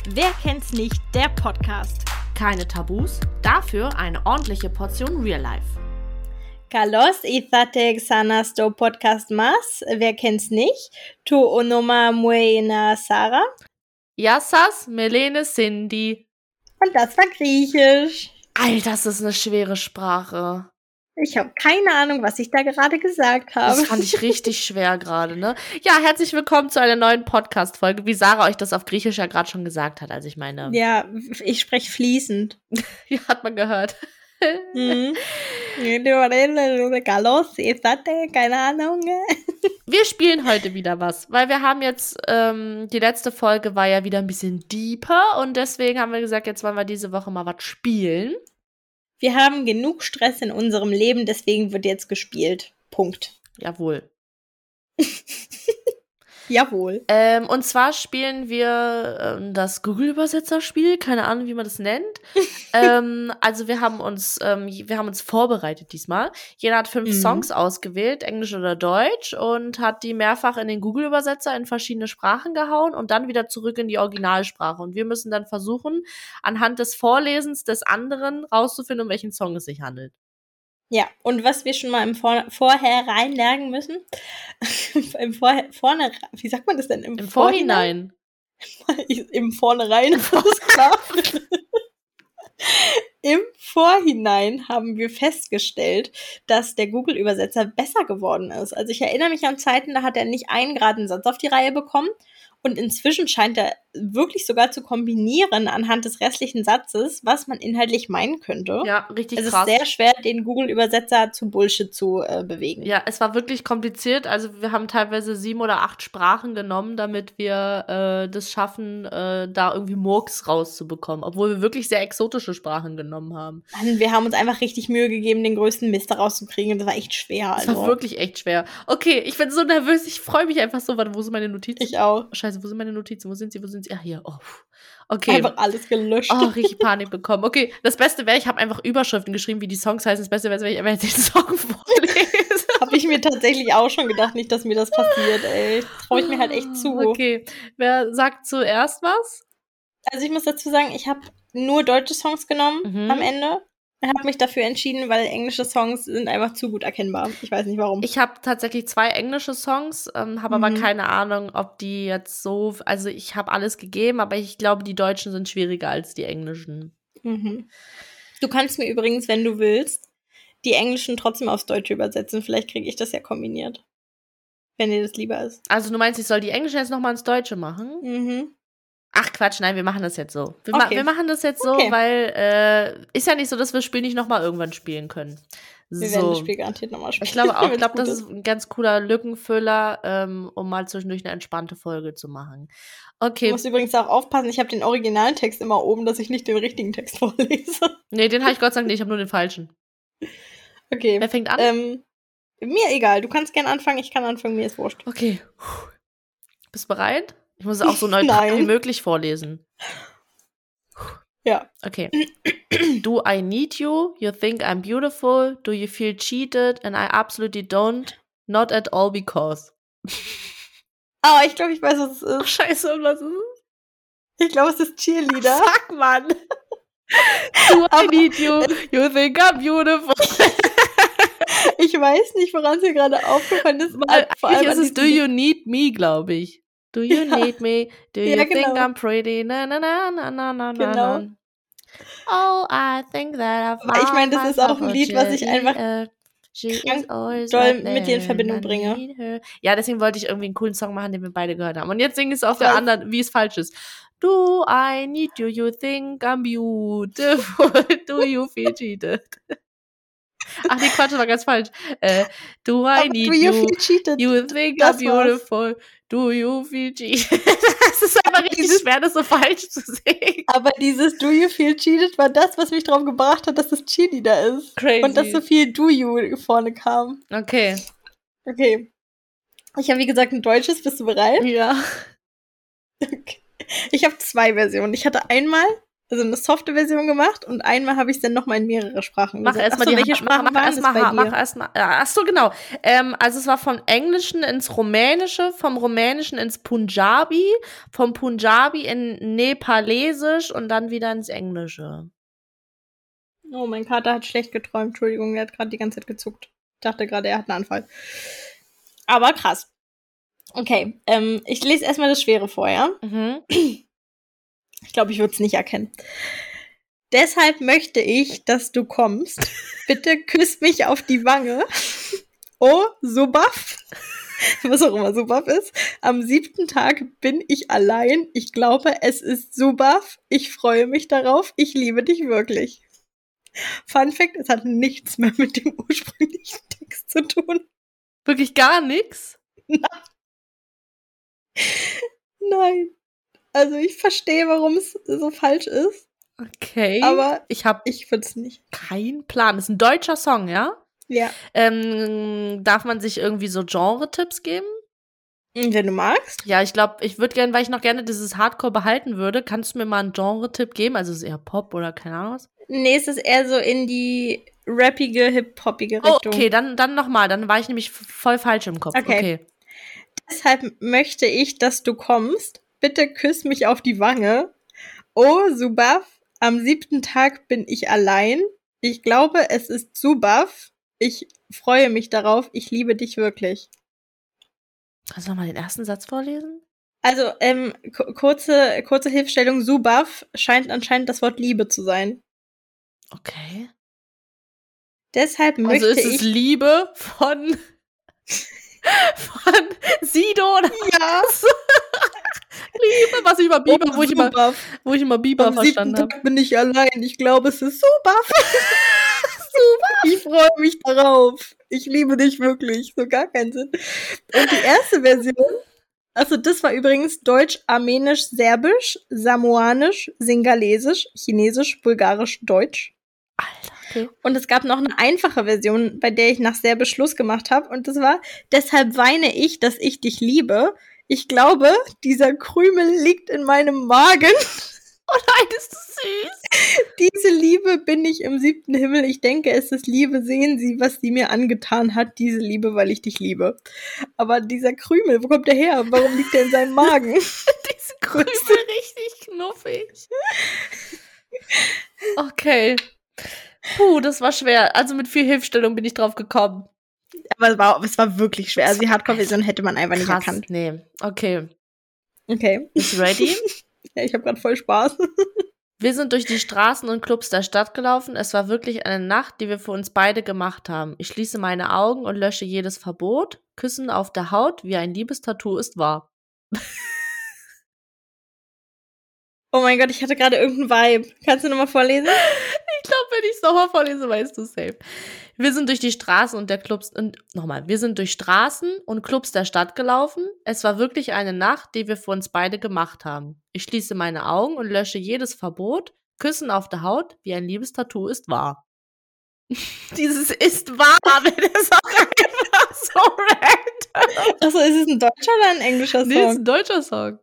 Wer kennt's nicht, der Podcast. Keine Tabus, dafür eine ordentliche Portion Real Life. Kalos ithate xanas do podcast mas. Wer kennt's nicht? Tu onoma muena Sarah. Yassas, Melene, Cindy. Und das war Griechisch. Alter, das ist eine schwere Sprache. Ich habe keine Ahnung, was ich da gerade gesagt habe. Das fand ich richtig schwer gerade, ne? Ja, herzlich willkommen zu einer neuen Podcast-Folge, wie Sarah euch das auf Griechisch ja gerade schon gesagt hat. Also ich meine... Ja, ich spreche fließend. Ja, hat man gehört. Kalos ithate, keine Ahnung. Wir spielen heute wieder was, weil wir haben jetzt, die letzte Folge war ja wieder ein bisschen deeper und deswegen haben wir gesagt, jetzt wollen wir diese Woche mal was spielen. Wir haben genug Stress in unserem Leben, deswegen wird jetzt gespielt. Punkt. Jawohl. Jawohl. Und zwar spielen wir das Google-Übersetzer-Spiel, keine Ahnung, wie man das nennt. Also wir haben uns vorbereitet diesmal. Jeder hat 5 Songs ausgewählt, Englisch oder Deutsch, und hat die mehrfach in den Google-Übersetzer in verschiedene Sprachen gehauen und dann wieder zurück in die Originalsprache. Und wir müssen dann versuchen, anhand des Vorlesens des anderen rauszufinden, um welchen Song es sich handelt. Ja, und was wir schon mal im Vorhinein lernen müssen, wie sagt man das denn? Im Vorhinein. Im Vornherein, ist klar. Im Vorhinein haben wir festgestellt, dass der Google-Übersetzer besser geworden ist. Also ich erinnere mich an Zeiten, da hat er nicht einen geraden Satz auf die Reihe bekommen. Und inzwischen scheint er wirklich sogar zu kombinieren anhand des restlichen Satzes, was man inhaltlich meinen könnte. Ja, richtig krass. Es ist sehr schwer, den Google-Übersetzer zu Bullshit zu bewegen. Ja, es war wirklich kompliziert. Also wir haben teilweise 7 oder 8 Sprachen genommen, damit wir das schaffen, da irgendwie Murks rauszubekommen. Obwohl wir wirklich sehr exotische Sprachen genommen haben. Mann, wir haben uns einfach richtig Mühe gegeben, den größten Mist da rauszukriegen. Und das war echt schwer. Das war wirklich echt schwer. Okay, ich bin so nervös. Ich freue mich einfach so. Warte, wo sind meine Notizen? Ich auch. Scheiße, wo sind meine Notizen? Wo sind sie? Ah, hier. Oh, okay. Einfach alles gelöscht. Oh, richtig Panik bekommen. Okay, das Beste wäre, ich habe einfach Überschriften geschrieben, wie die Songs heißen. Das Beste wäre, wenn ich einfach den Song vorlese. Habe ich mir tatsächlich auch schon gedacht, nicht, dass mir das passiert, ey. Traue ich mir halt echt zu. Okay, wer sagt zuerst was? Also ich muss dazu sagen, ich habe nur deutsche Songs genommen am Ende. Ich habe mich dafür entschieden, weil englische Songs sind einfach zu gut erkennbar. Ich weiß nicht, warum. Ich habe tatsächlich 2 englische Songs, habe aber keine Ahnung, ob die jetzt so, also ich habe alles gegeben, aber ich glaube, die deutschen sind schwieriger als die englischen. Du kannst mir übrigens, wenn du willst, die englischen trotzdem aufs Deutsche übersetzen. Vielleicht kriege ich das ja kombiniert. Wenn dir das lieber ist. Also du meinst, ich soll die englischen jetzt nochmal ins Deutsche machen? Ach Quatsch, nein, wir machen das jetzt so. Wir machen das jetzt so, weil ist ja nicht so, dass wir das Spiel nicht nochmal irgendwann spielen können. Wir werden das Spiel garantiert nochmal spielen. Ich glaube auch, das ist ein ganz cooler Lückenfüller, um mal zwischendurch eine entspannte Folge zu machen. Okay. Du musst übrigens auch aufpassen, ich habe den originalen Text immer oben, dass ich nicht den richtigen Text vorlese. Nee, den habe ich Gott sei Dank nicht, ich habe nur den falschen. Okay. Wer fängt an? Mir egal, du kannst gerne anfangen, ich kann anfangen, mir ist wurscht. Okay. Bist du bereit? Ich muss es auch so neutral wie möglich vorlesen. Ja. Okay. Do I need you? You think I'm beautiful? Do you feel cheated? And I absolutely don't. Not at all because. Ah, ich glaube, ich weiß, was es ist. Ach, scheiße, was ist es? Ich glaube, es ist Cheerleader. Fuck, Mann. Do I need you? You think I'm beautiful? Ich weiß nicht, woran es mir gerade aufgefallen ist. Vor allem ist es Do you need me, glaube ich. Do you need me? Do you think I'm pretty? Na, na, na, na, na, na, genau. na. Oh, I think that I've found ich meine, das ist auch ein Lied, was ich einfach krank doll mit dir in Verbindung bringe. Ja, deswegen wollte ich irgendwie einen coolen Song machen, den wir beide gehört haben. Und jetzt singen es auf der anderen, wie es falsch ist. Do I need you? You think I'm beautiful? Do you feel cheated? Ach nee, Quatsch, das war ganz falsch. Do I need you? Feel cheated? You think I'm beautiful? Do you feel cheated? Das ist einfach richtig schwer, das so falsch zu singen. Aber dieses Do you feel cheated war das, was mich drauf gebracht hat, dass es Cheerleader ist. Crazy. Und dass so viel Do you vorne kam. Okay. Ich habe, wie gesagt, ein deutsches. Bist du bereit? Ja. Okay. Ich habe 2 Versionen. Ich hatte einmal also eine softe Version gemacht und einmal habe ich es dann nochmal in mehrere Sprachen Mach gesagt. erstmal welche Sprachen waren das bei dir? Mach erstmal. Ach so, genau. Also es war vom Englischen ins Rumänische, vom Rumänischen ins Punjabi, vom Punjabi in Nepalesisch und dann wieder ins Englische. Oh, mein Kater hat schlecht geträumt. Entschuldigung, er hat gerade die ganze Zeit gezuckt. Ich dachte gerade, er hat einen Anfall. Aber krass. Okay, ich lese erstmal das Schwere vor, ja? Ich glaube, ich würde es nicht erkennen. Deshalb möchte ich, dass du kommst. Bitte küss mich auf die Wange. Oh, Subaf. Was auch immer Subaf ist. Am 7. Tag bin ich allein. Ich glaube, es ist Subaf. Ich freue mich darauf. Ich liebe dich wirklich. Fun Fact, es hat nichts mehr mit dem ursprünglichen Text zu tun. Wirklich gar nichts? Nein. Also ich verstehe, warum es so falsch ist. Okay. Aber ich würde es nicht. Kein Plan. Das ist ein deutscher Song, ja? Ja. Darf man sich irgendwie so Genre-Tipps geben? Wenn du magst. Ja, ich glaube, ich würde gerne, weil ich noch gerne dieses Hardcore behalten würde, kannst du mir mal einen Genre-Tipp geben? Also ist es eher Pop oder keine Ahnung was? Nee, es ist eher so in die rappige, hip-hoppige Richtung. Okay, dann nochmal. Dann war ich nämlich voll falsch im Kopf. Okay. Deshalb möchte ich, dass du kommst. Bitte küss mich auf die Wange. Oh, Subaf. Am 7. Tag bin ich allein. Ich glaube, es ist Subaf. Ich freue mich darauf. Ich liebe dich wirklich. Kannst du noch mal den ersten Satz vorlesen? Also, kurze Hilfestellung. Subaf scheint anscheinend das Wort Liebe zu sein. Okay. Deshalb möchte ich... Also ist es Liebe von Sido oder was? Liebe, was ich über Biber, wo ich immer Biber verstanden habe. Am 7. Tag bin ich allein. Ich glaube, es ist Subaf. Subaf. Ich freue mich darauf. Ich liebe dich wirklich. So gar keinen Sinn. Und die erste Version, also das war übrigens Deutsch, Armenisch, Serbisch, Samoanisch, Singalesisch, Chinesisch, Bulgarisch, Deutsch. Alter, okay. Und es gab noch eine einfache Version, bei der ich nach Serbisch Schluss gemacht habe. Und das war, deshalb weine ich, dass ich dich liebe. Ich glaube, dieser Krümel liegt in meinem Magen. Oh nein, ist das süß. Diese Liebe bin ich im 7. Himmel. Ich denke, es ist Liebe. Sehen Sie, was sie mir angetan hat. Diese Liebe, weil ich dich liebe. Aber dieser Krümel, wo kommt der her? Warum liegt der in seinem Magen? Dieser Krümel richtig knuffig. Okay. Puh, das war schwer. Also mit viel Hilfestellung bin ich drauf gekommen. Aber es war wirklich schwer. Also die Hardcore-Version hätte man einfach nicht erkannt. Nee, okay. Okay. Bist du ready? Ja, ich habe gerade voll Spaß. Wir sind durch die Straßen und Clubs der Stadt gelaufen. Es war wirklich eine Nacht, die wir für uns beide gemacht haben. Ich schließe meine Augen und lösche jedes Verbot. Küssen auf der Haut wie ein Liebestattoo ist wahr. Oh mein Gott, ich hatte gerade irgendeinen Vibe. Kannst du nochmal vorlesen? Ich glaube, wenn ich es nochmal vorlese, weißt du safe. Wir sind durch die Straßen und wir sind durch Straßen und Clubs der Stadt gelaufen. Es war wirklich eine Nacht, die wir für uns beide gemacht haben. Ich schließe meine Augen und lösche jedes Verbot. Küssen auf der Haut wie ein Liebestattoo ist wahr. Dieses ist wahr, wenn es auch einfach so random. Achso, ist es ein deutscher oder ein englischer Song? Nee, ist ein deutscher Song.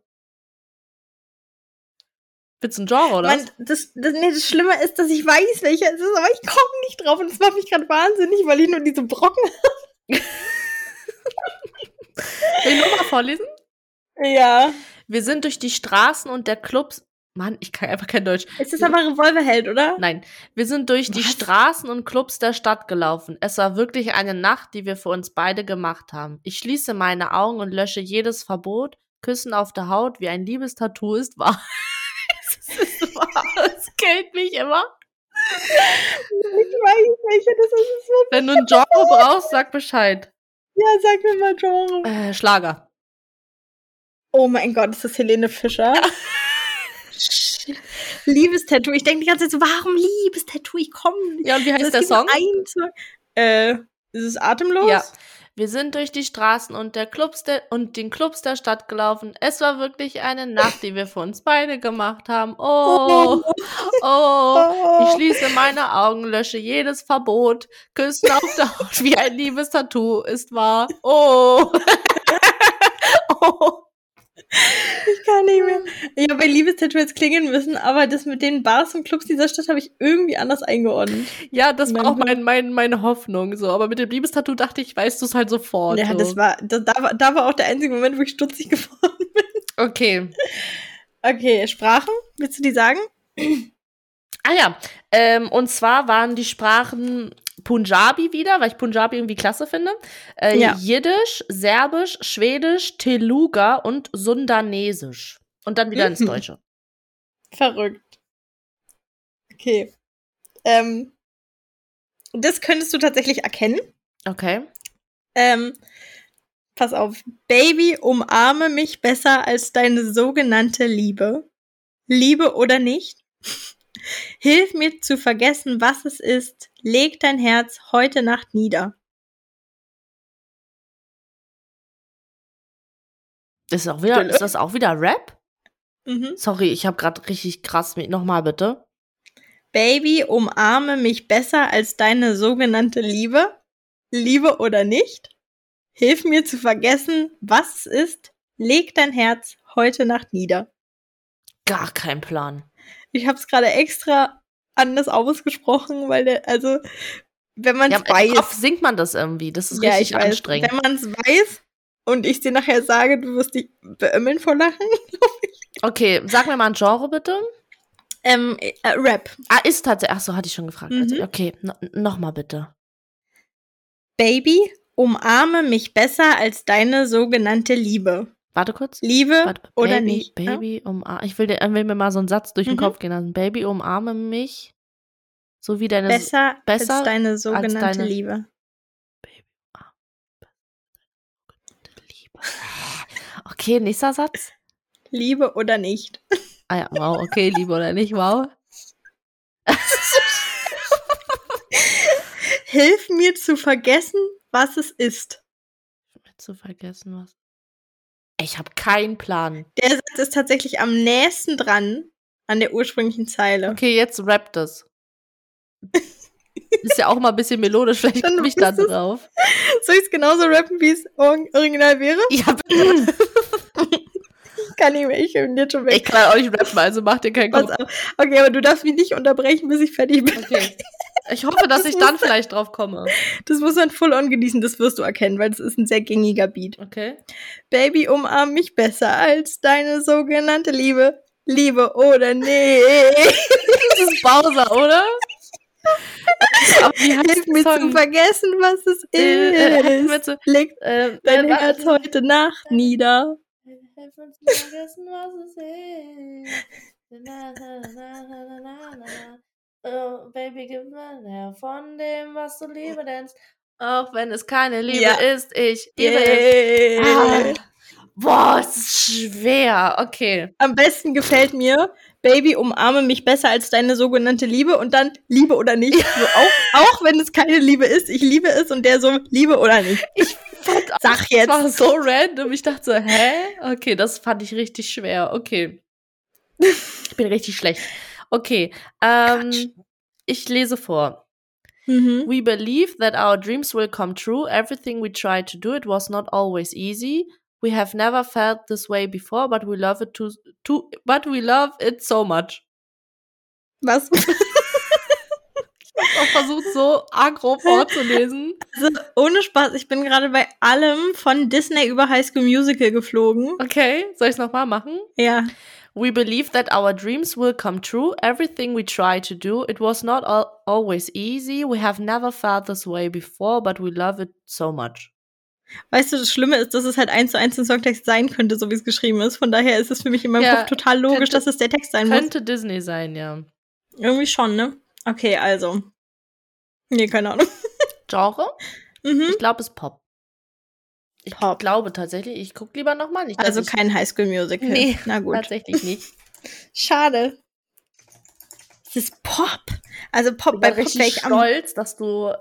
Willst du ein Genre, oder? Das Schlimme ist, dass ich weiß, welcher es ist, aber ich komme nicht drauf und das macht mich gerade wahnsinnig, weil ich nur diese Brocken habe. Will ich nochmal vorlesen? Ja. Wir sind durch die Straßen und der Clubs... Mann, ich kann einfach kein Deutsch. Ist das aber Revolverheld, oder? Nein. Wir sind durch die Straßen und Clubs der Stadt gelaufen. Es war wirklich eine Nacht, die wir für uns beide gemacht haben. Ich schließe meine Augen und lösche jedes Verbot. Küssen auf der Haut wie ein Liebestattoo ist wahr. Es ist wahr. Es killt mich immer. Ich weiß, welcher das ist. Wenn du ein Genre brauchst, sag Bescheid. Ja, sag mir mal Genre. Schlager. Oh mein Gott, ist das Helene Fischer? Ja. Liebestattoo. Ich denke die ganze Zeit so, warum Liebestattoo? Ich komme nicht. Ja, und wie heißt der Song? Ist es Atemlos? Ja. Wir sind durch die Straßen und den Clubs der Stadt gelaufen. Es war wirklich eine Nacht, die wir für uns beide gemacht haben. Oh, ich schließe meine Augen, lösche jedes Verbot. Küssen auf der Haut wie ein Liebestattoo ist wahr. Oh. Ich kann nicht mehr. Ich habe bei Liebestattoo jetzt klingeln müssen, aber das mit den Bars und Clubs dieser Stadt habe ich irgendwie anders eingeordnet. Ja, das war auch meine Hoffnung, so. Aber mit dem Liebestattoo dachte ich, weißt du es halt sofort. Ja, so. da war auch der einzige Moment, wo ich stutzig geworden bin. Okay. Okay, Sprachen, willst du die sagen? Ah ja, und zwar waren die Sprachen Punjabi wieder, weil ich Punjabi irgendwie klasse finde. Ja. Jiddisch, Serbisch, Schwedisch, Teluga und Sundanesisch. Und dann wieder ins Deutsche. Verrückt. Okay. Das könntest du tatsächlich erkennen. Okay. Pass auf. Baby, umarme mich besser als deine sogenannte Liebe. Liebe oder nicht? Hilf mir zu vergessen, was es ist. Leg dein Herz heute Nacht nieder. Ist das auch wieder Rap? Mhm. Sorry, ich habe gerade richtig krass mit. Nochmal bitte. Baby, umarme mich besser als deine sogenannte Liebe. Liebe oder nicht? Hilf mir zu vergessen, was es ist. Leg dein Herz heute Nacht nieder. Gar kein Plan. Ich habe es gerade extra anders ausgesprochen, weil wenn man es weiß. Im Kopf singt man das irgendwie. Das ist richtig anstrengend. Wenn man es weiß und ich dir nachher sage, du wirst dich beömmeln vor Lachen, glaube ich. Okay, sag mir mal ein Genre bitte. Rap. Ist tatsächlich. Ach so, hatte ich schon gefragt. Okay, nochmal bitte. Baby, umarme mich besser als deine sogenannte Liebe. Warte kurz. Liebe oder nicht? Baby, umarme. Ich will mir mal so einen Satz durch den Kopf gehen lassen. Baby, umarme mich. So wie deine. Besser als deine sogenannte Liebe. Baby, umarme Liebe. Okay, nächster Satz. Liebe oder nicht? Ah ja, wow, okay, Liebe oder nicht, wow. Hilf mir zu vergessen, was es ist. Zu vergessen, was. Ich habe keinen Plan. Der Satz ist tatsächlich am nächsten dran an der ursprünglichen Zeile. Okay, jetzt rappt das. Ist ja auch mal ein bisschen melodisch, vielleicht komme ich da drauf. Soll ich es genauso rappen, wie es original wäre? Ja, bitte. Ich kann nicht mehr, ich bin jetzt schon weg. Ich kann auch nicht rappen, also mach dir keinen Kopf. Okay, aber du darfst mich nicht unterbrechen, bis ich fertig bin. Okay. Ich hoffe, dass ich dann vielleicht drauf komme. Das muss man full on genießen, das wirst du erkennen, weil das ist ein sehr gängiger Beat. Okay. Baby, umarm mich besser als deine sogenannte Liebe. Liebe oder nee. Das ist Bowser, oder? Aber hilf mir zu vergessen, was es ist. Leg dein Herz heute Nacht nieder. Hilf mir zu vergessen, was es ist. Oh, Baby, gib mir mehr von dem, was du Liebe nennst. Auch wenn es keine Liebe ist, ich liebe es. Boah, es ist schwer. Okay. Am besten gefällt mir, Baby, umarme mich besser als deine sogenannte Liebe und dann Liebe oder nicht. So, auch wenn es keine Liebe ist, ich liebe es und der so, Liebe oder nicht. Sag jetzt. Das war so random. Ich dachte so, hä? Okay, das fand ich richtig schwer. Okay. Ich bin richtig schlecht. Okay, ich lese vor. We believe that our dreams will come true. Everything we try to do, it was not always easy. We have never felt this way before, but we love it but we love it so much. Was? Ich habe auch versucht, so agro vorzulesen. Also, ohne Spaß, ich bin gerade bei allem von Disney über High School Musical geflogen. Okay, soll ich es nochmal machen? Ja. We believe that our dreams will come true. Everything we try to do, it was not always easy. We have never felt this way before, but we love it so much. Weißt du, das Schlimme ist, dass es halt 1:1 ein Songtext sein könnte, so wie es geschrieben ist. Von daher ist es für mich in meinem Kopf total logisch, dass es der Text sein muss. Könnte Disney sein, ja. Irgendwie schon, ne? Okay, also. Nee, keine Ahnung. Genre? Ich glaube, es ist Pop. Ich glaube tatsächlich, ich gucke lieber nochmal. Also kein High School Musical. Nee, na gut. Tatsächlich nicht. Schade. Es ist Pop. Also Pop, bei Pop wäre ich stolz, dass du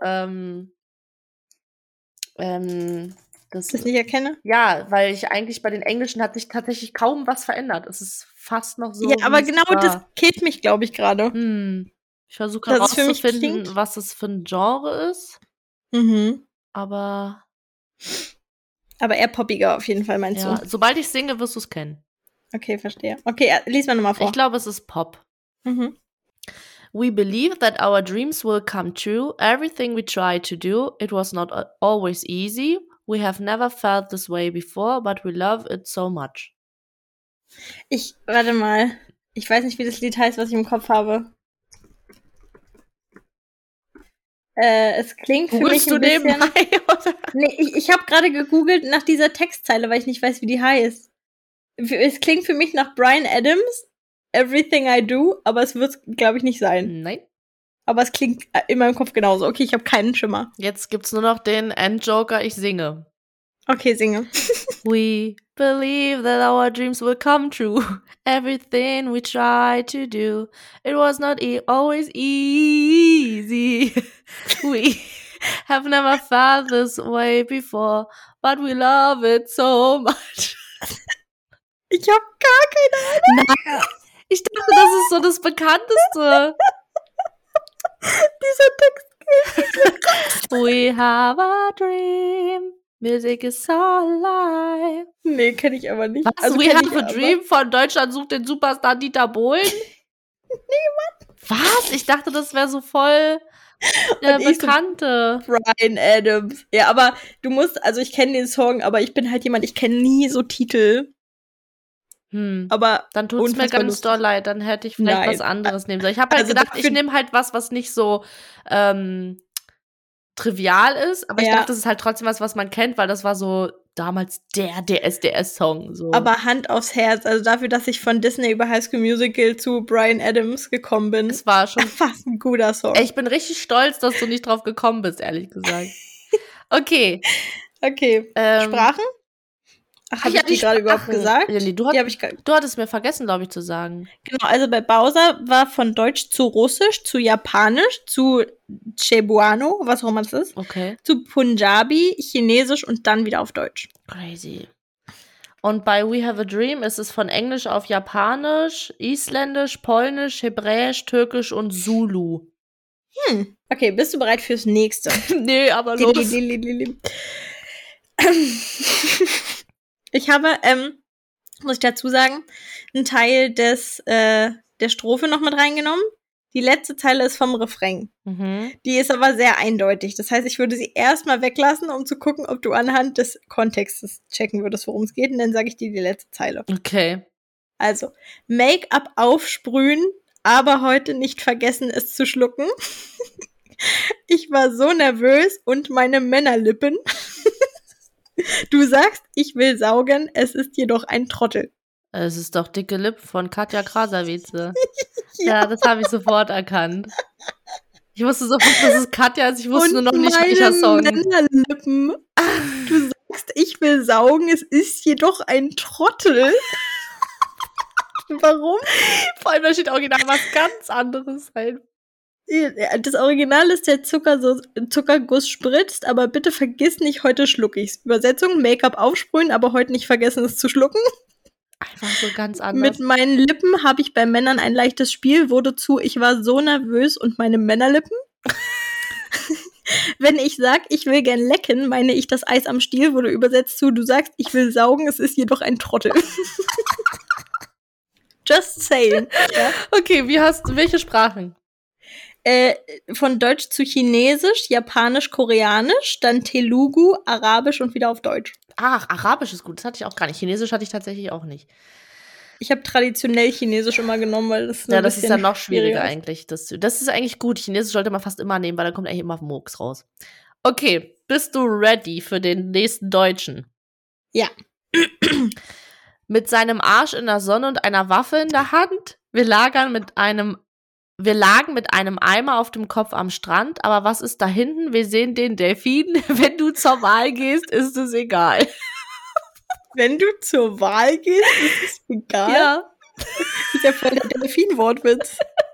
das nicht erkenne? Ja, weil ich eigentlich bei den Englischen hat sich tatsächlich kaum was verändert. Es ist fast noch so. Ja, aber genau das killt mich, glaube ich, gerade. Ich versuche herauszufinden, was es für ein Genre ist. Aber eher poppiger auf jeden Fall, meinst du? Sobald ich singe, wirst du es kennen. Okay, verstehe. Okay, lies mal nochmal vor. Ich glaube, es ist Pop. Mhm. We believe that our dreams will come true. Everything we try to do, it was not always easy. We have never felt this way before, but we love it so much. Warte mal. Ich weiß nicht, wie das Lied heißt, was ich im Kopf habe. Es klingt für mich ein bisschen... nebenbei, oder? Nee, ich habe gerade gegoogelt nach dieser Textzeile, weil ich nicht weiß, wie die heißt. Es klingt für mich nach Bryan Adams, Everything I Do, aber es wird, glaube ich, nicht sein. Nein. Aber es klingt in meinem Kopf genauso. Okay, ich habe keinen Schimmer. Jetzt gibt's nur noch den Endjoker, ich singe. Okay, singe. We believe that our dreams will come true. Everything we try to do, it was not always easy. We have never felt this way before, but we love it so much. Ich habe gar keine Ahnung. Nein. Ich dachte, das ist so das Bekannteste. Dieser Text. We have a dream. Music is all alive. Nee, kenne ich aber nicht. Was? We have a dream von Deutschland sucht den Superstar Dieter Bohlen? Niemand. Was? Ich dachte, das wäre so voll der Bekannte. So Bryan Adams. Ja, aber du musst, also ich kenne den Song, aber ich bin halt jemand, ich kenne nie so Titel. Aber dann tut's mir ganz doll leid, dann hätte ich vielleicht was anderes nehmen sollen. Ich habe halt gedacht, ich nehme halt was nicht so trivial ist, aber ich dachte, das ist halt trotzdem was man kennt, weil das war so damals der DSDS-Song. So. Aber Hand aufs Herz, also dafür, dass ich von Disney über High School Musical zu Bryan Adams gekommen bin. Es war schon fast ein guter Song. Ich bin richtig stolz, dass du nicht drauf gekommen bist, ehrlich gesagt. Okay. Okay. Sprachen? Ach, habe ich die gerade überhaupt gesagt? Ja, nee, du hattest mir vergessen, glaube ich, zu sagen. Genau, also bei Bowser war von Deutsch zu Russisch, zu Japanisch, zu Cebuano, was auch immer das ist, zu Punjabi, Chinesisch und dann wieder auf Deutsch. Crazy. Und bei We Have a Dream ist es von Englisch auf Japanisch, Isländisch, Polnisch, Hebräisch, Türkisch und Zulu. Okay, bist du bereit fürs nächste? Nee, aber los. Ich habe, muss ich dazu sagen, einen Teil der Strophe noch mit reingenommen. Die letzte Zeile ist vom Refrain. Die ist aber sehr eindeutig. Das heißt, ich würde sie erstmal weglassen, um zu gucken, ob du anhand des Kontextes checken würdest, worum es geht. Und dann sage ich dir die letzte Zeile. Okay. Also, Make-up aufsprühen, aber heute nicht vergessen, es zu schlucken. Ich war so nervös und meine Männerlippen. Du sagst, ich will saugen, es ist jedoch ein Trottel. Es ist doch Dicke Lippen von Katja Krasavice. Ja, das habe ich sofort erkannt. Ich wusste sofort, dass es Katja ist, ich wusste nur noch nicht, welcher Song. Männerlippen. Du sagst, ich will saugen, es ist jedoch ein Trottel. Warum? Vor allem, da steht original was ganz anderes halt. Das Original ist der Zuckerguss spritzt, aber bitte vergiss nicht, heute schluck ich's. Übersetzung, Make-up aufsprühen, aber heute nicht vergessen, es zu schlucken. Einfach so ganz anders. Mit meinen Lippen habe ich bei Männern ein leichtes Spiel, wurde zu, ich war so nervös und meine Männerlippen. Wenn ich sag, ich will gern lecken, meine ich das Eis am Stiel, wurde übersetzt zu, du sagst, ich will saugen, es ist jedoch ein Trottel. Just saying. Ja? Okay, welche Sprachen? Von Deutsch zu Chinesisch, Japanisch, Koreanisch, dann Telugu, Arabisch und wieder auf Deutsch. Ach, Arabisch ist gut, das hatte ich auch gar nicht. Chinesisch hatte ich tatsächlich auch nicht. Ich habe traditionell Chinesisch immer genommen, weil das das ist dann noch schwieriger eigentlich. Das ist eigentlich gut. Chinesisch sollte man fast immer nehmen, weil dann kommt eigentlich immer Murks raus. Okay, bist du ready für den nächsten Deutschen? Ja. Mit seinem Arsch in der Sonne und einer Waffe in der Hand. Wir lagen mit einem Eimer auf dem Kopf am Strand, aber was ist da hinten? Wir sehen den Delfin. Wenn du zur Wahl gehst, ist es egal. Wenn du zur Wahl gehst, ist es egal? Ja. Ist ja voll der Delfin-Wortwitz.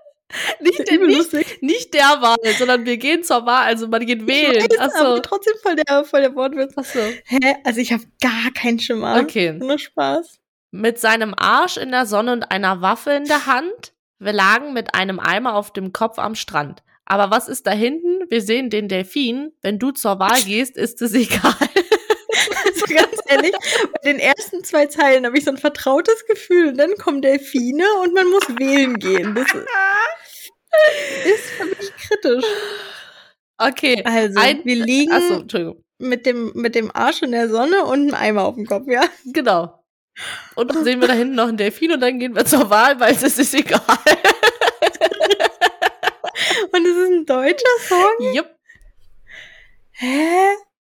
Nicht der Wahl, sondern wir gehen zur Wahl, also man geht wählen. Ich weiß, aber trotzdem voll der Wortwitz. Achso. Hä? Also ich habe gar keinen Schimmer. Okay. Nur Spaß. Mit seinem Arsch in der Sonne und einer Waffe in der Hand. Wir lagen mit einem Eimer auf dem Kopf am Strand. Aber was ist da hinten? Wir sehen den Delfin. Wenn du zur Wahl gehst, ist es egal. Also ganz ehrlich, bei den ersten 2 Zeilen habe ich so ein vertrautes Gefühl. Und dann kommen Delfine und man muss wählen gehen. Das ist für mich kritisch. Okay. Also, wir liegen Entschuldigung. mit dem Arsch in der Sonne und einem Eimer auf dem Kopf, ja? Genau. Und dann sehen wir da hinten noch einen Delfin und dann gehen wir zur Wahl, weil es ist egal. Und es ist ein deutscher Song? Jupp. Hä?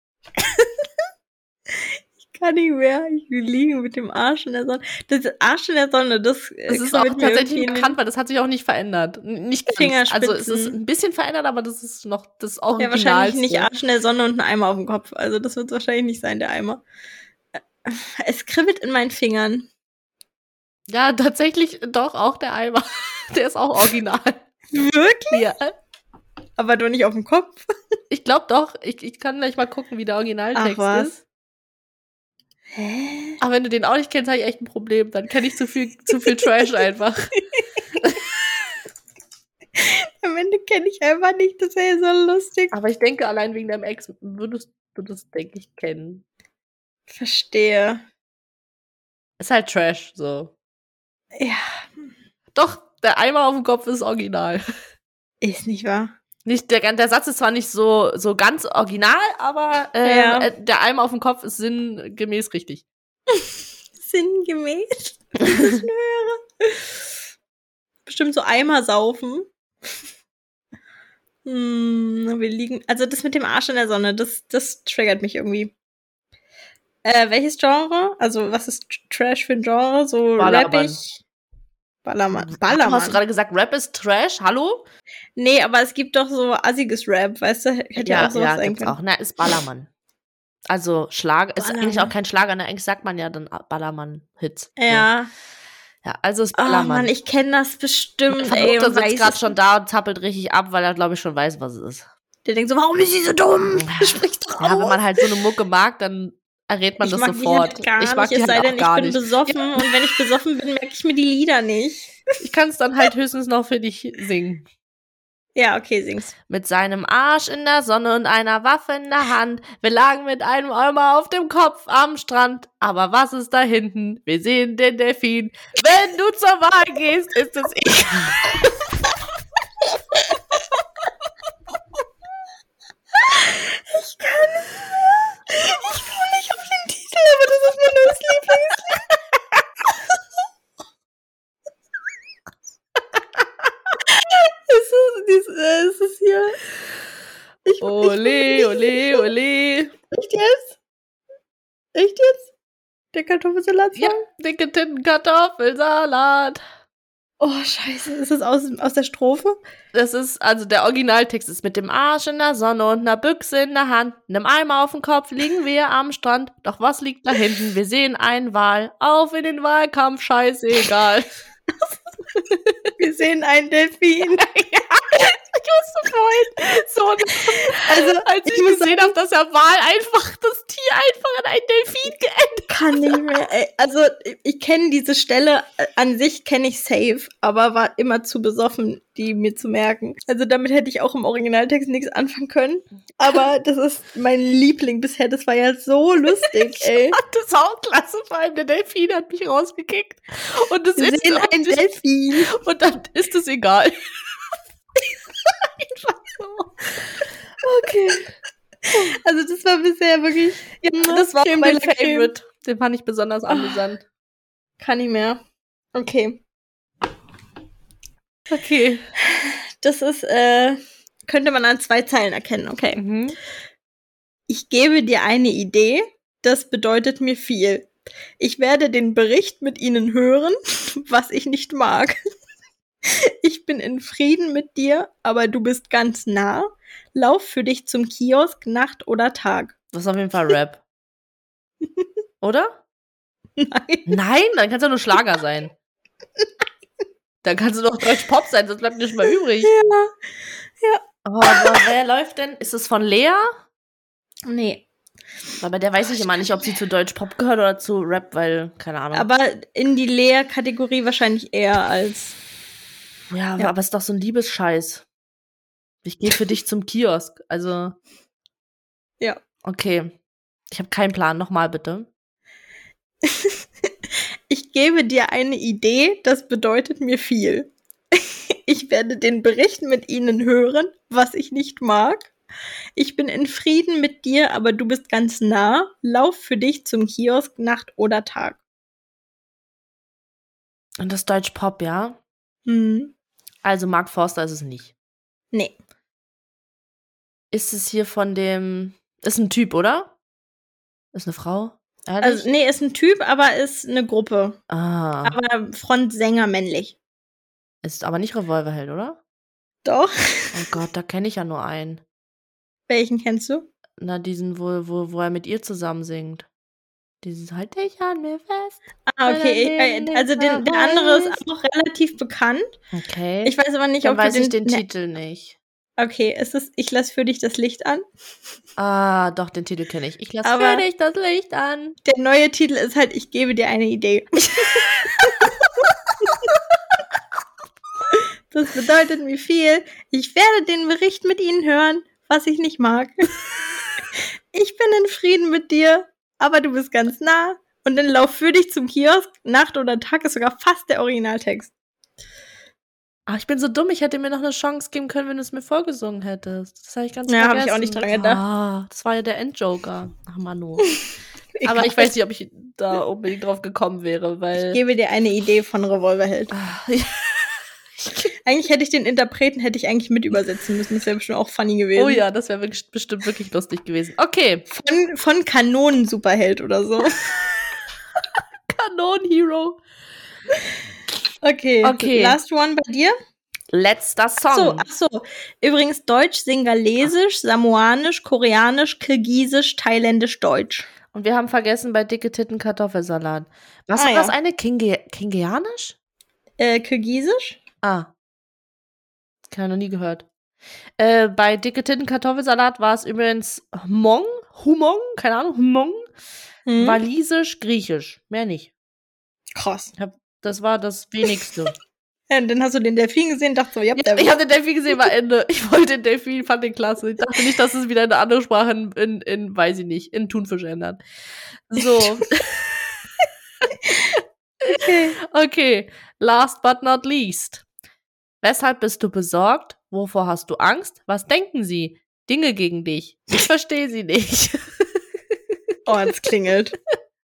Ich kann nicht mehr. Ich will liegen mit dem Arsch in der Sonne. Das Arsch in der Sonne, das ist auch tatsächlich bekannt, weil das hat sich auch nicht verändert. Nicht ganz. Fingerspitzen. Also es ist ein bisschen verändert, aber das ist noch das Originalste. Ja, wahrscheinlich nicht Arsch in der Sonne und ein Eimer auf dem Kopf. Also das wird wahrscheinlich nicht sein, der Eimer. Es kribbelt in meinen Fingern. Ja, tatsächlich doch auch der Eimer. Der ist auch original. Wirklich? Ja. Aber doch nicht auf dem Kopf. Ich glaube doch. Ich kann gleich mal gucken, wie der Originaltext ist. Hä? Aber wenn du den auch nicht kennst, habe ich echt ein Problem. Dann kenne ich zu viel Trash einfach. Am Ende kenne ich einfach nicht. Das wäre so lustig. Aber ich denke, allein wegen deinem Ex würdest du das, denke ich, kennen. Verstehe. Ist halt Trash, so. Ja. Doch, der Eimer auf dem Kopf ist original. Ist nicht wahr? Nicht, der Satz ist zwar nicht so ganz original, aber der Eimer auf dem Kopf ist sinngemäß richtig. Sinngemäß? Ich schwöre. Bestimmt so Eimer saufen. Wir liegen. Also das mit dem Arsch in der Sonne, das triggert mich irgendwie. Welches Genre? Also was ist Trash für ein Genre? So rappig? Ballermann. Hast du gerade gesagt, Rap ist Trash? Hallo? Nee, aber es gibt doch so assiges Rap, weißt du? Hätte ja auch sowas sein können. Auch. Na, ist Ballermann. Also Schlager, ist eigentlich auch kein Schlager, ne? Eigentlich sagt man ja dann Ballermann-Hits. Ja. Ja, also ist Ballermann. Oh Mann, ich kenne das bestimmt, ey. Der sitzt gerade schon da und zappelt richtig ab, weil er, glaube ich, schon weiß, was es ist. Der denkt so, warum ist sie so dumm? Sprich doch ja, wenn man halt so eine Mucke mag, dann errät man das sofort. Ich mag die halt auch gar nicht. Ich bin besoffen und wenn ich besoffen bin, merke ich mir die Lieder nicht. Ich kann es dann halt höchstens noch für dich singen. Ja, okay, sing's. Mit seinem Arsch in der Sonne und einer Waffe in der Hand. Wir lagen mit einem Eimer auf dem Kopf am Strand. Aber was ist da hinten? Wir sehen den Delfin. Wenn du zur Wahl gehst, ist es egal. Ich kann nicht auf den Titel, aber das ist mein neues Lieblingslied. Es ist hier. Ole, ole, ole. Echt jetzt? Echt jetzt? Der Kartoffelsalat? Ja, dicke Tintenkartoffelsalat. Oh, scheiße. Ist das aus der Strophe? Das ist, also der Originaltext ist: Mit dem Arsch in der Sonne und einer Büchse in der Hand, einem Eimer auf dem Kopf liegen wir am Strand. Doch was liegt da hinten? Wir sehen einen Wal. Auf in den Wahlkampf, scheißegal. Wir sehen einen Delfin. Ja, ich musste vorhin so, als ich gesehen habe, dass der Wal einfach, das Tier einfach in einen Delfin geendet. Kann nicht mehr, ey. Also, ich kenne diese Stelle, an sich kenne ich safe, aber war immer zu besoffen, die mir zu merken. Also, damit hätte ich auch im Originaltext nichts anfangen können. Aber das ist mein Liebling bisher. Das war ja so lustig, ey. Ich fand das auch klasse, vor allem der Delfin hat mich rausgekickt. Und das Wir sehen einen Delfin. Und dann ist es egal. Einfach so. Okay. Also das war bisher wirklich... Ja, das war mein Favorite. Den fand ich besonders amüsant. Kann nicht mehr. Okay. Okay. Das ist, könnte man an 2 Zeilen erkennen, okay. Mhm. Ich gebe dir eine Idee, das bedeutet mir viel. Ich werde den Bericht mit Ihnen hören, was ich nicht mag. Ich bin in Frieden mit dir, aber du bist ganz nah. Lauf für dich zum Kiosk, Nacht oder Tag. Das ist auf jeden Fall Rap. Oder? Nein. Nein? Dann kann es ja nur Schlager sein. Dann kannst du doch Deutsch-Pop sein, sonst bleibt nicht mehr übrig. Ja. Oh, aber wer läuft denn? Ist es von Lea? Nee. Aber der weiß ich immer nicht, ob sie zu Deutsch-Pop gehört oder zu Rap, weil, keine Ahnung. Aber in die Lea-Kategorie wahrscheinlich eher als... Ja, aber es ist doch so ein Liebesscheiß. Ich gehe für dich zum Kiosk. Also. Ja. Okay. Ich habe keinen Plan. Nochmal bitte. Ich gebe dir eine Idee, das bedeutet mir viel. Ich werde den Bericht mit Ihnen hören, was ich nicht mag. Ich bin in Frieden mit dir, aber du bist ganz nah. Lauf für dich zum Kiosk, Nacht oder Tag. Und das ist Deutsch Pop, ja? Hm. Also Mark Forster ist es nicht. Nee. Ist es hier von dem... Ist ein Typ, oder? Ist eine Frau? Ehrlich? Also, nee, ist ein Typ, aber ist eine Gruppe. Aber Frontsänger männlich. Ist aber nicht Revolverheld, oder? Doch. Oh Gott, da kenne ich ja nur einen. Welchen kennst du? Na, diesen, wo er mit ihr zusammen singt. Dieses Halt dich an mir fest. Ah, okay. Also der andere ist auch relativ bekannt. Okay. Ich weiß aber nicht, Dann ob weiß du ich den Titel nicht. Okay, ist es Ich lass für dich das Licht an? Ah, doch, den Titel kenne ich. Ich lass für dich das Licht an. Der neue Titel ist halt Ich gebe dir eine Idee. Das bedeutet mir viel. Ich werde den Bericht mit Ihnen hören, was ich nicht mag. Ich bin in Frieden mit dir, aber du bist ganz nah. Und dann lauf für dich zum Kiosk. Nacht oder Tag ist sogar fast der Originaltext. Ach, ich bin so dumm. Ich hätte mir noch eine Chance geben können, wenn du es mir vorgesungen hättest. Das habe ich ganz vergessen. Ja, habe ich auch nicht dran gedacht. Ah, das war ja der Endjoker. Ach, Manu. Aber ich weiß nicht, ob ich da unbedingt drauf gekommen wäre, weil... Ich gebe dir eine Idee von Revolverheld. Ja. Eigentlich hätte ich den Interpreten eigentlich mit übersetzen müssen. Das wäre bestimmt auch funny gewesen. Oh ja, das wäre bestimmt wirklich lustig gewesen. Okay. Von Kanonen-Superheld oder so. Kanon-Hero. Okay. Last one bei dir? Letzter Song. Ach so. Übrigens Deutsch, Singalesisch, Samoanisch, Koreanisch, Kirgisisch, Thailändisch, Deutsch. Und wir haben vergessen bei dicke Titten Kartoffelsalat. Was war das eine? Kingianisch? Kirgisisch? Ah. Das habe ich noch nie gehört. Bei dicke Titten Kartoffelsalat war es übrigens Humong, keine Ahnung, Humong, Walisisch, Griechisch. Mehr nicht. Krass. Das war das Wenigste. Ja, und dann hast du den Delfin gesehen, dachte so, ich habe den Delfin gesehen, war Ende. Ich wollte den Delfin, fand den klasse. Ich dachte nicht, dass es wieder eine andere Sprache in weiß ich nicht, in Thunfisch ändert. So. Okay. Last but not least. Weshalb bist du besorgt? Wovor hast du Angst? Was denken sie? Dinge gegen dich. Ich verstehe sie nicht. Oh, es klingelt.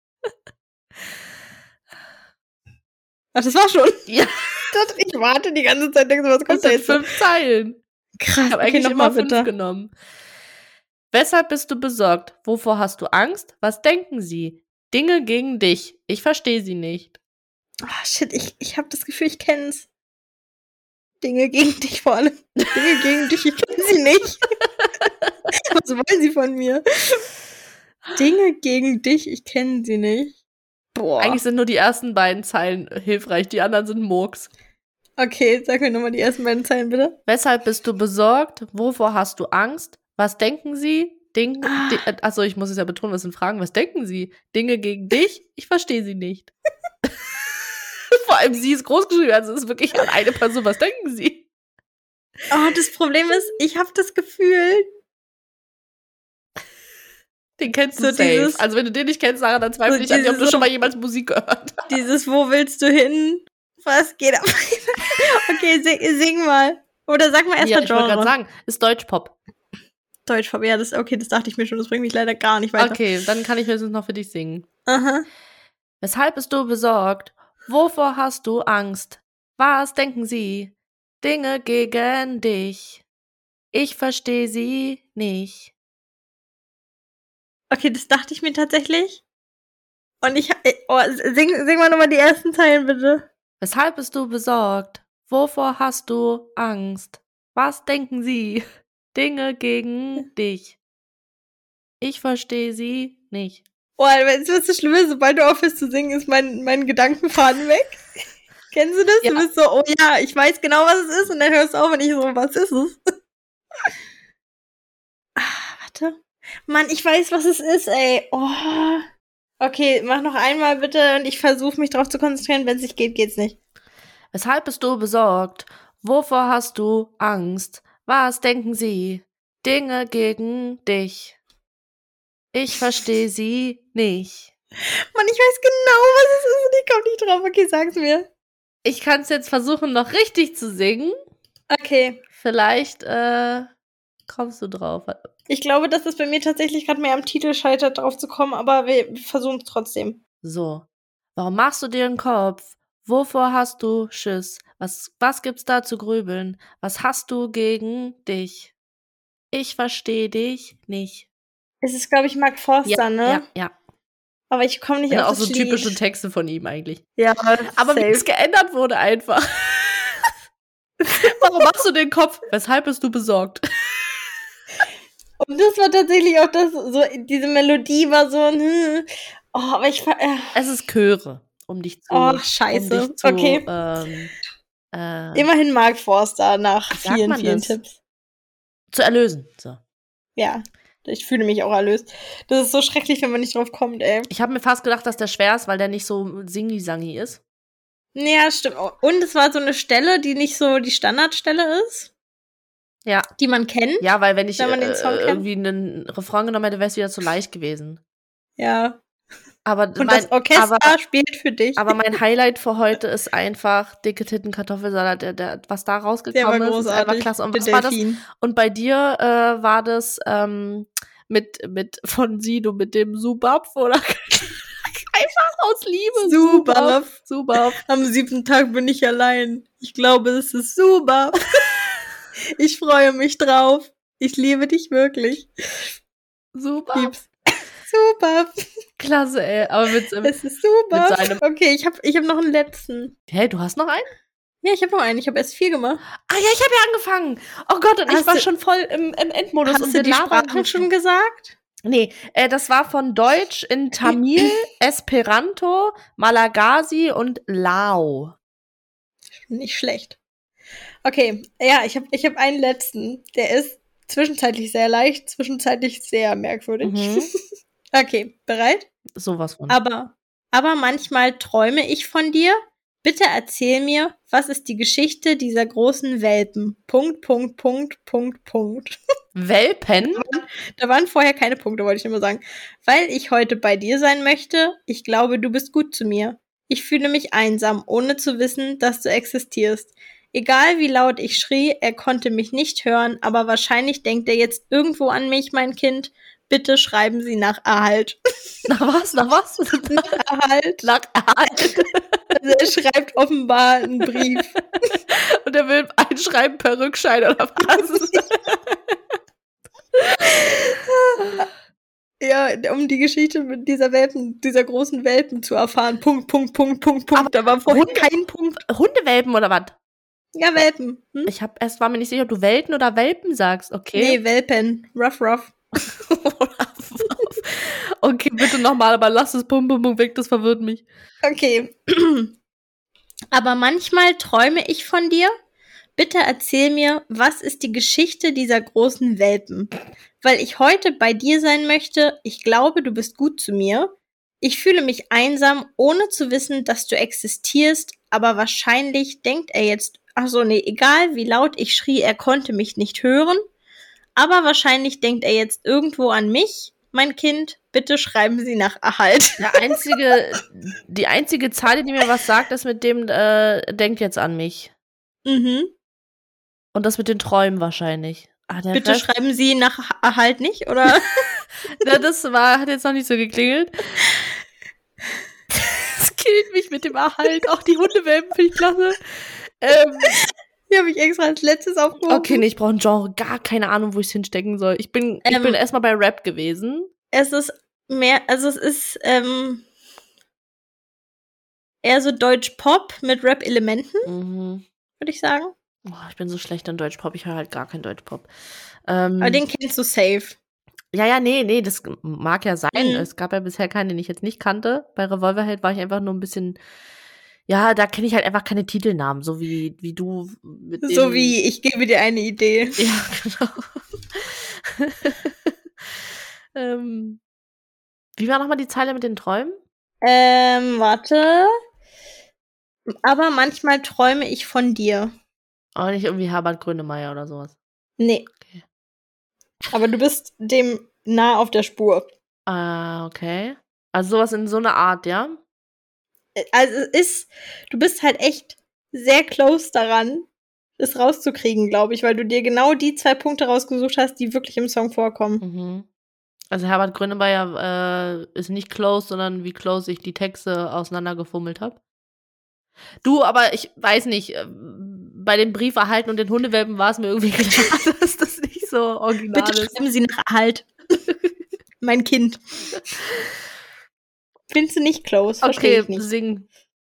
Ach, das war schon? Ja. Ich warte die ganze Zeit, denke so, was kommt da jetzt? 5 Zeilen. Krass, ich habe eigentlich immer 5 genommen. Weshalb bist du besorgt? Wovor hast du Angst? Was denken sie? Dinge gegen dich. Ich verstehe sie nicht. Ah, shit, ich habe das Gefühl, ich kenn's. Dinge gegen dich vor allem. Dinge gegen dich, ich kenne sie nicht. Was wollen sie von mir? Dinge gegen dich, ich kenne sie nicht. Boah. Eigentlich sind nur die ersten beiden Zeilen hilfreich, die anderen sind Murks. Okay, sag mir nochmal die ersten beiden Zeilen, bitte. Weshalb bist du besorgt? Wovor hast du Angst? Was denken sie? Also ich muss es ja betonen, was sind Fragen? Was denken sie? Dinge gegen dich? Ich verstehe sie nicht. Vor allem sie ist groß geschrieben, also es ist wirklich an eine Person. Was denken sie? Oh, das Problem ist, ich habe das Gefühl... Den kennst du safe. Also wenn du den nicht kennst, Sarah, dann zweifle ich an dir, ob du schon mal jemals Musik gehört hast. Dieses Wo willst du hin? Was geht ab? Okay, sing mal. Oder sag mal erst mal Genre. Ich wollte gerade sagen, ist Deutschpop. Deutschpop, ja, das dachte ich mir schon. Das bringt mich leider gar nicht weiter. Okay, dann kann ich höchstens noch für dich singen. Aha. Weshalb bist du besorgt? Wovor hast du Angst? Was denken sie? Dinge gegen dich. Ich verstehe sie nicht. Okay, das dachte ich mir tatsächlich. Und sing mal nochmal die ersten Zeilen, bitte. Weshalb bist du besorgt? Wovor hast du Angst? Was denken sie? Dinge gegen dich. Ich verstehe sie nicht. Oh, weißt du, was das Schlimme ist? Sobald du aufhörst zu singen, ist mein Gedankenfaden weg. Kennst du das? Ja. Du bist so, oh ja, ich weiß genau, was es ist. Und dann hörst du auf und ich so, was ist es? Warte. Mann, ich weiß, was es ist, ey. Oh. Okay, mach noch einmal bitte und ich versuche mich darauf zu konzentrieren. Wenn es nicht geht, geht's nicht. Weshalb bist du besorgt? Wovor hast du Angst? Was denken sie? Dinge gegen dich. Ich verstehe sie nicht. Mann, ich weiß genau, was es ist und ich komme nicht drauf. Okay, sag's mir. Ich kann es jetzt versuchen, noch richtig zu singen. Okay. Vielleicht kommst du drauf. Ich glaube, dass es bei mir tatsächlich gerade mehr am Titel scheitert, drauf zu kommen, aber wir versuchen es trotzdem. So. Warum machst du dir einen Kopf? Wovor hast du Schiss? Was gibt's da zu grübeln? Was hast du gegen dich? Ich verstehe dich nicht. Es ist, glaube ich, Mark Forster, ne? Ja. Aber ich komme nicht Sind auf auch das so Lied. typische Texte von ihm eigentlich. Ja, aber wie es geändert wurde einfach. Warum machst du den Kopf? Weshalb bist du besorgt? Und das war tatsächlich auch das, so, diese Melodie war so, oh, aber es ist Chöre, um dich zu. Oh, scheiße. Um dich zu, okay. Immerhin Mark Forster nach vielen Tipps. Zu erlösen. So. Ja, ich fühle mich auch erlöst. Das ist so schrecklich, wenn man nicht drauf kommt, ey. Ich habe mir fast gedacht, dass der schwer ist, weil der nicht so singy-sangy ist. Ja, stimmt. Und es war so eine Stelle, die nicht so die Standardstelle ist. Ja. Die man kennt. Ja, weil wenn ich man den Song irgendwie einen Refrain genommen hätte, wäre es wieder zu leicht gewesen. Ja. Aber das Orchester spielt für dich. Aber mein Highlight für heute ist einfach dicke Titten Kartoffelsalat. Was da rausgekommen ist einfach klasse. Und was war das? Und bei dir war das mit von Sido mit dem Subab oder einfach aus Liebe. Subab. Am 7. Tag bin ich allein. Ich glaube, es ist Subab. Ich freue mich drauf. Ich liebe dich wirklich. Super. Super. Klasse, ey. Aber es ist super. Okay, ich hab noch einen letzten. Hey, du hast noch einen? Ja, ich habe noch einen. Ich habe erst 4 gemacht. Ah ja, ich habe ja angefangen. Oh Gott, und ich war schon voll im Endmodus. Hast du die Sprachen schon gesagt? Nee, das war von Deutsch in Tamil, Esperanto, Malagasy und Lao. Nicht schlecht. Okay, ja, ich hab einen letzten. Der ist zwischenzeitlich sehr leicht, zwischenzeitlich sehr merkwürdig. Mhm. Okay, bereit? Sowas von. Aber manchmal träume ich von dir. Bitte erzähl mir, was ist die Geschichte dieser großen Welpen? Punkt. Welpen? Da waren vorher keine Punkte, wollte ich nur mal sagen. Weil ich heute bei dir sein möchte, ich glaube, du bist gut zu mir. Ich fühle mich einsam, ohne zu wissen, dass du existierst. Egal wie laut ich schrie, er konnte mich nicht hören, aber wahrscheinlich denkt er jetzt irgendwo an mich, mein Kind. Bitte schreiben Sie nach Erhalt. Nach was? Nach Erhalt. Nach Erhalt. Also er schreibt offenbar einen Brief. Und er will einschreiben per Rückschein oder was? Ja, um die Geschichte mit dieser großen Welpen zu erfahren. Punkt. Aber da war vorher kein Punkt. Hundewelpen oder was? Ja, Welpen. War mir nicht sicher, ob du Welten oder Welpen sagst, okay? Nee, Welpen. Ruff. Okay, bitte nochmal, aber lass das Punkt weg, das verwirrt mich. Okay. Aber manchmal träume ich von dir. Bitte erzähl mir, was ist die Geschichte dieser großen Welpen? Weil ich heute bei dir sein möchte, ich glaube, du bist gut zu mir. Ich fühle mich einsam, ohne zu wissen, dass du existierst, aber wahrscheinlich denkt er jetzt, egal wie laut ich schrie, er konnte mich nicht hören. Aber wahrscheinlich denkt er jetzt irgendwo an mich, mein Kind. Bitte schreiben Sie nach Erhalt. Die einzige Zeile, die mir was sagt, ist mit dem, denkt jetzt an mich. Mhm. Und das mit den Träumen wahrscheinlich. Bitte schreiben Sie nach Erhalt nicht, oder? Das hat jetzt noch nicht so geklingelt. Das killt mich mit dem Erhalt. Auch die Hundewelpen finde ich klasse. Die habe ich extra als letztes aufgehoben. Okay, nee, ich brauche ein Genre. Gar keine Ahnung, wo ich es hinstecken soll. Ich bin erstmal bei Rap gewesen. Es ist mehr, also es ist eher so Deutsch-Pop mit Rap-Elementen, würde ich sagen. Oh, ich bin so schlecht in Deutsch-Pop. Ich höre halt gar keinen Deutsch-Pop. Aber den kennst du safe. Ja, nee, das mag ja sein. Es gab ja bisher keinen, den ich jetzt nicht kannte. Bei Revolverheld war ich einfach nur ein bisschen, ja, da kenne ich halt einfach keine Titelnamen, so wie du. So wie, ich gebe dir eine Idee. Ja, genau. Wie war nochmal die Zeile mit den Träumen? Warte. Aber manchmal träume ich von dir. Aber nicht irgendwie Herbert Grönemeyer oder sowas. Nee. Okay. Aber du bist dem nah auf der Spur. Ah, okay. Also sowas in so einer Art, ja? Also du bist halt echt sehr close daran, das rauszukriegen, glaube ich, weil du dir genau die 2 Punkte rausgesucht hast, die wirklich im Song vorkommen. Mhm. Also Herbert Grönemeyer ist nicht close, sondern wie close ich die Texte auseinandergefummelt habe. Du, aber ich weiß nicht, bei dem Brief erhalten und den Hundewelpen war es mir irgendwie klar, dass das nicht so original Bitte ist. schreiben Sie nach Erhalt. Mein Kind. Findest du nicht close? Verstehe ich nicht. Sing.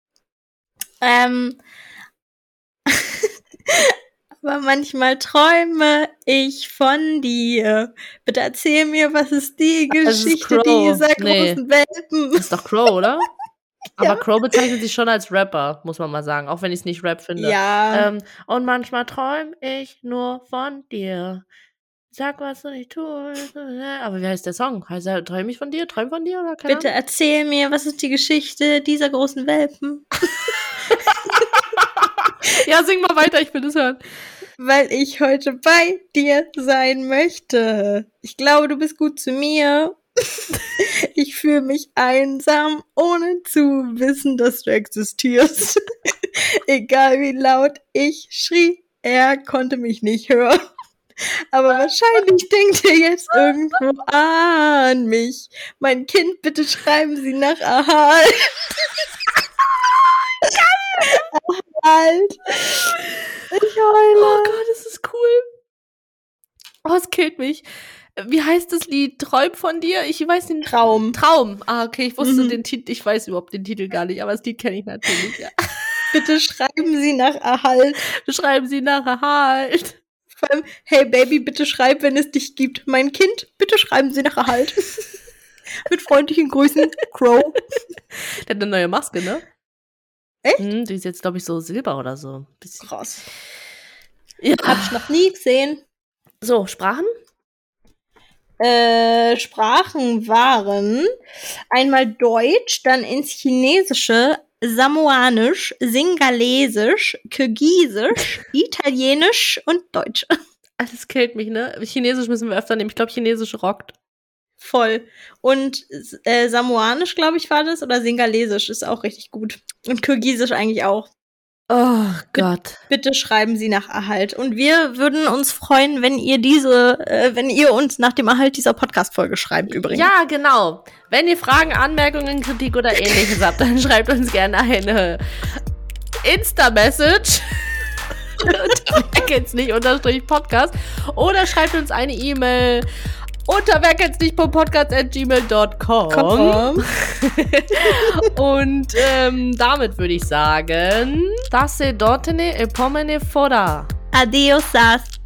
Aber manchmal träume ich von dir. Bitte erzähl mir, was ist die Geschichte dieser großen Welpen? Das ist doch Crow, oder? Aber Crow bezeichnet sich schon als Rapper, muss man mal sagen, auch wenn ich es nicht Rap finde. Ja. Und manchmal träume ich nur von dir. Sag, was du nicht tust. Aber wie heißt der Song? Heißt er Träum ich von dir? Träum von dir? Oder keine Bitte erzähl mir, was ist die Geschichte dieser großen Welpen? Ja, sing mal weiter, ich will das hören. Weil ich heute bei dir sein möchte. Ich glaube, du bist gut zu mir. Ich fühle mich einsam, ohne zu wissen, dass du existierst. Egal wie laut ich schrie, er konnte mich nicht hören. Aber wahrscheinlich denkt er jetzt irgendwo an mich. Mein Kind, bitte schreiben Sie nach Erhalt. Erhalt. Ich heule. Oh Gott, das ist cool. Oh, es killt mich. Wie heißt das Lied? Träum von dir? Ich weiß den Traum. Ah, okay, ich wusste den Titel, ich weiß überhaupt den Titel gar nicht, aber das Lied kenne ich natürlich, ja. Bitte schreiben Sie nach Erhalt. Schreiben Sie nach Erhalt. Vor allem, hey Baby, bitte schreib, wenn es dich gibt. Mein Kind, bitte schreiben Sie nach Erhalt. Mit freundlichen Grüßen, Crow. Der hat eine neue Maske, ne? Echt? Die ist jetzt, glaube ich, so silber oder so. Bisschen. Krass. Ja. Hab ich noch nie gesehen. So, Sprachen? Sprachen waren einmal Deutsch, dann ins Chinesische, Samoanisch, Singalesisch, Kirgisisch, Italienisch und Deutsch. Das killt mich, ne? Chinesisch müssen wir öfter nehmen. Ich glaube, Chinesisch rockt. Voll. Und Samoanisch, glaube ich, war das. Oder Singalesisch ist auch richtig gut. Und Kirgisisch eigentlich auch. Oh Gott. Bitte schreiben Sie nach Erhalt. Und wir würden uns freuen, wenn ihr wenn ihr uns nach dem Erhalt dieser Podcast-Folge schreibt, übrigens. Ja, genau. Wenn ihr Fragen, Anmerkungen, Kritik oder ähnliches habt, dann schreibt uns gerne eine Insta-Message. @werkensnicht_podcast oder schreibt uns eine E-Mail unter werkensnicht.podcast@gmail.com. Und damit würde ich sagen, das se dotene epomene fora. Adios, Sas.